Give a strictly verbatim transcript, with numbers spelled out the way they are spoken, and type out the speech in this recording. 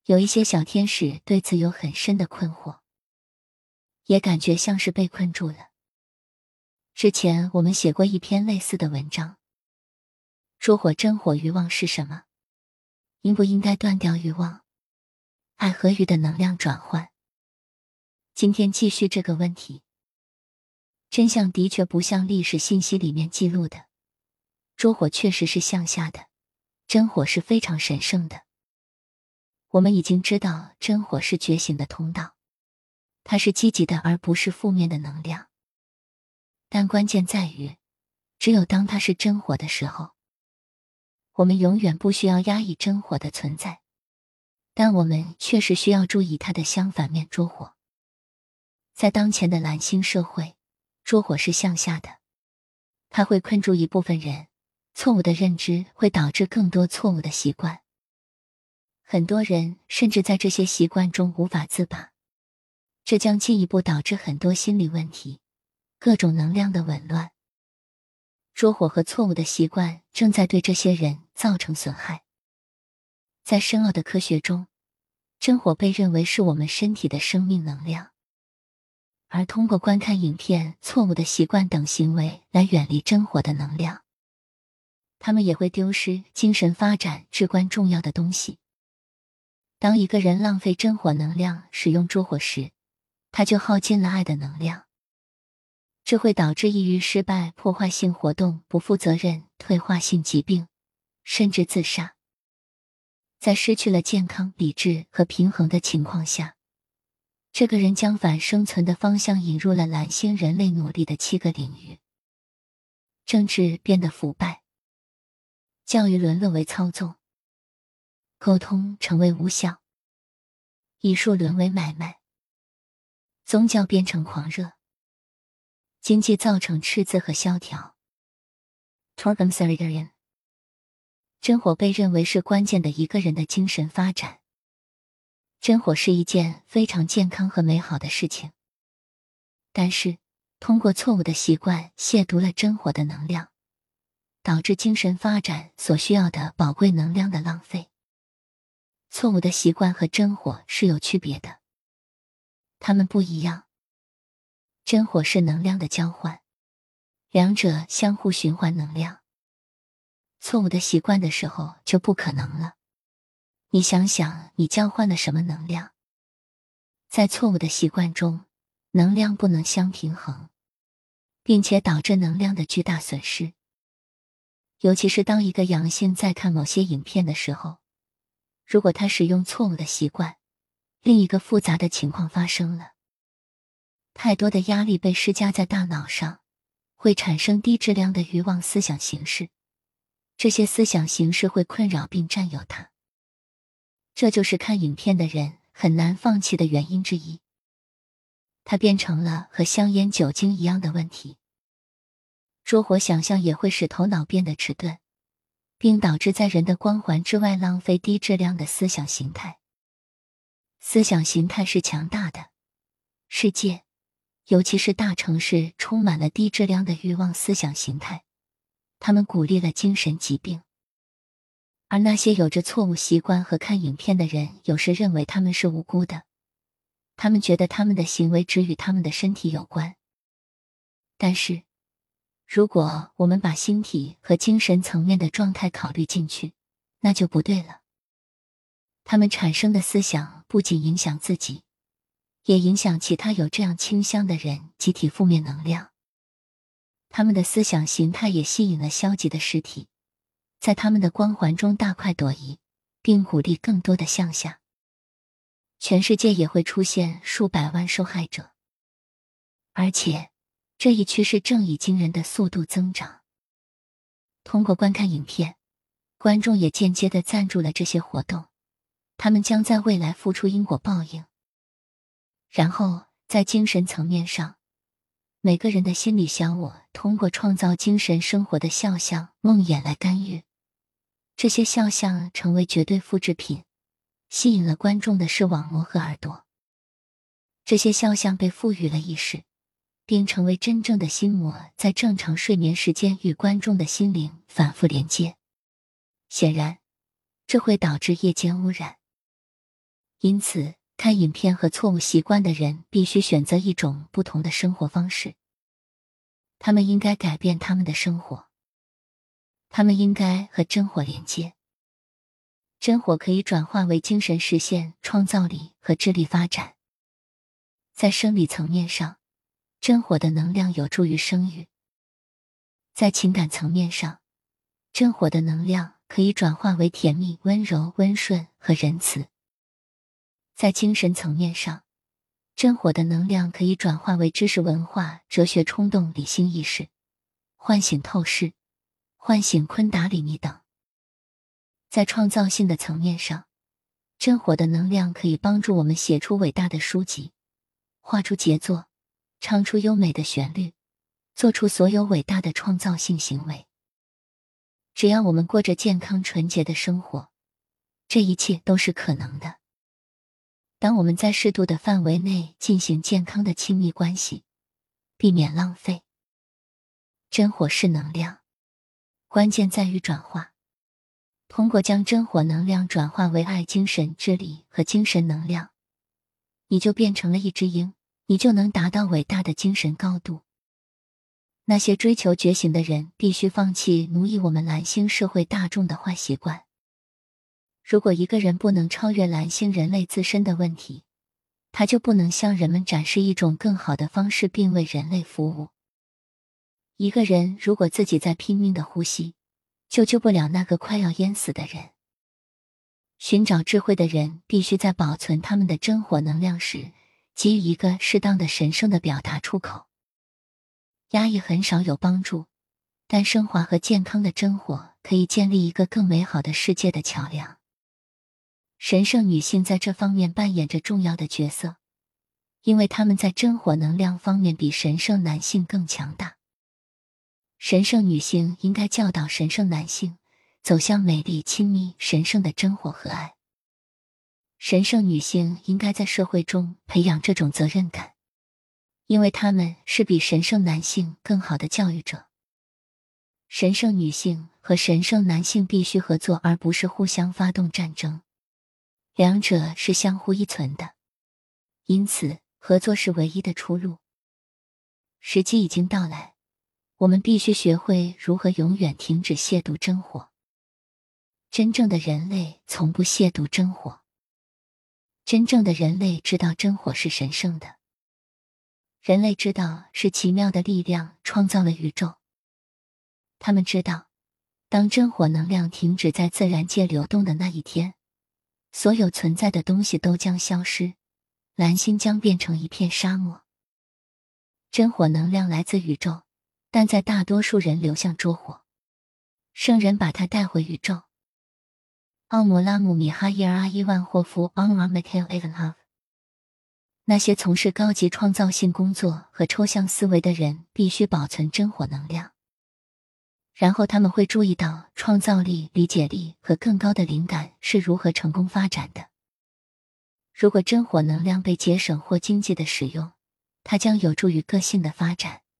有一些小天使对此有很深的困惑，也感觉像是被困住了。之前我们写过一篇类似的文章，烛火真火欲望是什么？应不应该断掉欲望？爱和欲的能量转换。今天继续这个问题。真相的确不像历史信息里面记录的，烛火确实是向下的，真火是非常神圣的。我们已经知道真火是觉醒的通道，它是积极的而不是负面的能量。但关键在于，只有当它是真火的时候，我们永远不需要压抑真火的存在，但我们确实需要注意它的相反面烛火。在当前的蓝星社会，烛火是向下的，它会困住一部分人，错误的认知会导致更多错误的习惯。很多人甚至在这些习惯中无法自拔，这将进一步导致很多心理问题，各种能量的紊乱。烛火和错误的习惯正在对这些人造成损害。在深奥的科学中，真火被认为是我们身体的生命能量，而通过观看影片、错误的习惯等行为来远离真火的能量，他们也会丢失精神发展至关重要的东西。当一个人浪费真火能量使用烛火时，他就耗尽了爱的能量，这会导致抑郁、失败、破坏性活动、不负责任、退化性疾病，甚至自杀。在失去了健康、理智和平衡的情况下，这个人将反生存的方向引入了蓝星人类努力的七个领域。政治变得腐败，教育沦落为操纵，沟通成为无效，艺术沦为买卖，宗教变成狂热，经济造成赤字和萧条。Torgumsarian， 真火被认为是关键的一个人的精神发展。真火是一件非常健康和美好的事情，但是通过错误的习惯亵渎了真火的能量，导致精神发展所需要的宝贵能量的浪费。错误的习惯和真火是有区别的，它们不一样。真火是能量的交换，两者相互循环能量。错误的习惯的时候就不可能了。你想想，你交换了什么能量？在错误的习惯中，能量不能相平衡，并且导致能量的巨大损失。尤其是当一个阳性在看某些影片的时候，如果他使用错误的习惯，另一个复杂的情况发生了。太多的压力被施加在大脑上，会产生低质量的欲望思想形式，这些思想形式会困扰并占有它。这就是看影片的人很难放弃的原因之一。它变成了和香烟、酒精一样的问题。烛火想象也会使头脑变得迟钝，并导致在人的光环之外浪费低质量的思想形态。思想形态是强大的，世界，尤其是大城市，充满了低质量的欲望思想形态，他们鼓励了精神疾病。而那些有着错误习惯和看影片的人有时认为他们是无辜的，他们觉得他们的行为只与他们的身体有关。但是，如果我们把心体和精神层面的状态考虑进去，那就不对了。他们产生的思想不仅影响自己，也影响其他有这样倾向的人集体负面能量。他们的思想形态也吸引了消极的实体，在他们的光环中大快朵颐，并鼓励更多的向下。全世界也会出现数百万受害者，而且这一趋势正以惊人的速度增长。通过观看影片，观众也间接地赞助了这些活动，他们将在未来付出因果报应。然后在精神层面上，每个人的心理小我通过创造精神生活的肖像、梦魇来干预，这些肖像成为绝对复制品，吸引了观众的视网膜和耳朵。这些肖像被赋予了意识，并成为真正的心魔，在正常睡眠时间与观众的心灵反复连接。显然，这会导致夜间污染。 因此，看影片和错误习惯的人必须选择一种不同的生活方式。他们应该改变他们的生活。他们应该和真火连接。真火可以转化为精神实现创造力和智力发展。在生理层面上，真火的能量有助于生育。在情感层面上，真火的能量可以转化为甜蜜、温柔、温顺和仁慈。在精神层面上，真火的能量可以转化为知识、文化、哲学、冲动、理性意识、唤醒透视、唤醒昆达里尼等。在创造性的层面上，真火的能量可以帮助我们写出伟大的书籍，画出杰作，唱出优美的旋律，做出所有伟大的创造性行为。只要我们过着健康纯洁的生活，这一切都是可能的。当我们在适度的范围内进行健康的亲密关系，避免浪费。真火是能量，关键在于转化。通过将真火能量转化为爱、精神、智力和精神能量，你就变成了一只鹰，你就能达到伟大的精神高度。那些追求觉醒的人必须放弃奴役我们蓝星社会大众的坏习惯。如果一个人不能超越蓝星人类自身的问题，他就不能向人们展示一种更好的方式并为人类服务。一个人如果自己在拼命的呼吸，就救不了那个快要淹死的人。寻找智慧的人必须在保存他们的真火能量时，给予一个适当的神圣的表达出口。压抑很少有帮助，但升华和健康的真火可以建立一个更美好的世界的桥梁。神圣女性在这方面扮演着重要的角色，因为她们在真火能量方面比神圣男性更强大。神圣女性应该教导神圣男性走向美丽、亲密、神圣的真火和爱。神圣女性应该在社会中培养这种责任感，因为她们是比神圣男性更好的教育者。神圣女性和神圣男性必须合作，而不是互相发动战争。两者是相互依存的，因此合作是唯一的出路。时机已经到来，我们必须学会如何永远停止亵渎真火。真正的人类从不亵渎真火。真正的人类知道真火是神圣的。人类知道是奇妙的力量创造了宇宙。他们知道，当真火能量停止在自然界流动的那一天，所有存在的东西都将消失，蓝星将变成一片沙漠。真火能量来自宇宙，但在大多数人流向拙火。圣人把它带回宇宙。奥姆拉姆米哈伊尔阿伊万霍夫 Omar Mikhail Ivanov。 那些从事高级创造性工作和抽象思维的人必须保存真火能量，然后他们会注意到创造力、理解力和更高的灵感是如何成功发展的。如果真火能量被节省或经济的使用，它将有助于个性的发展。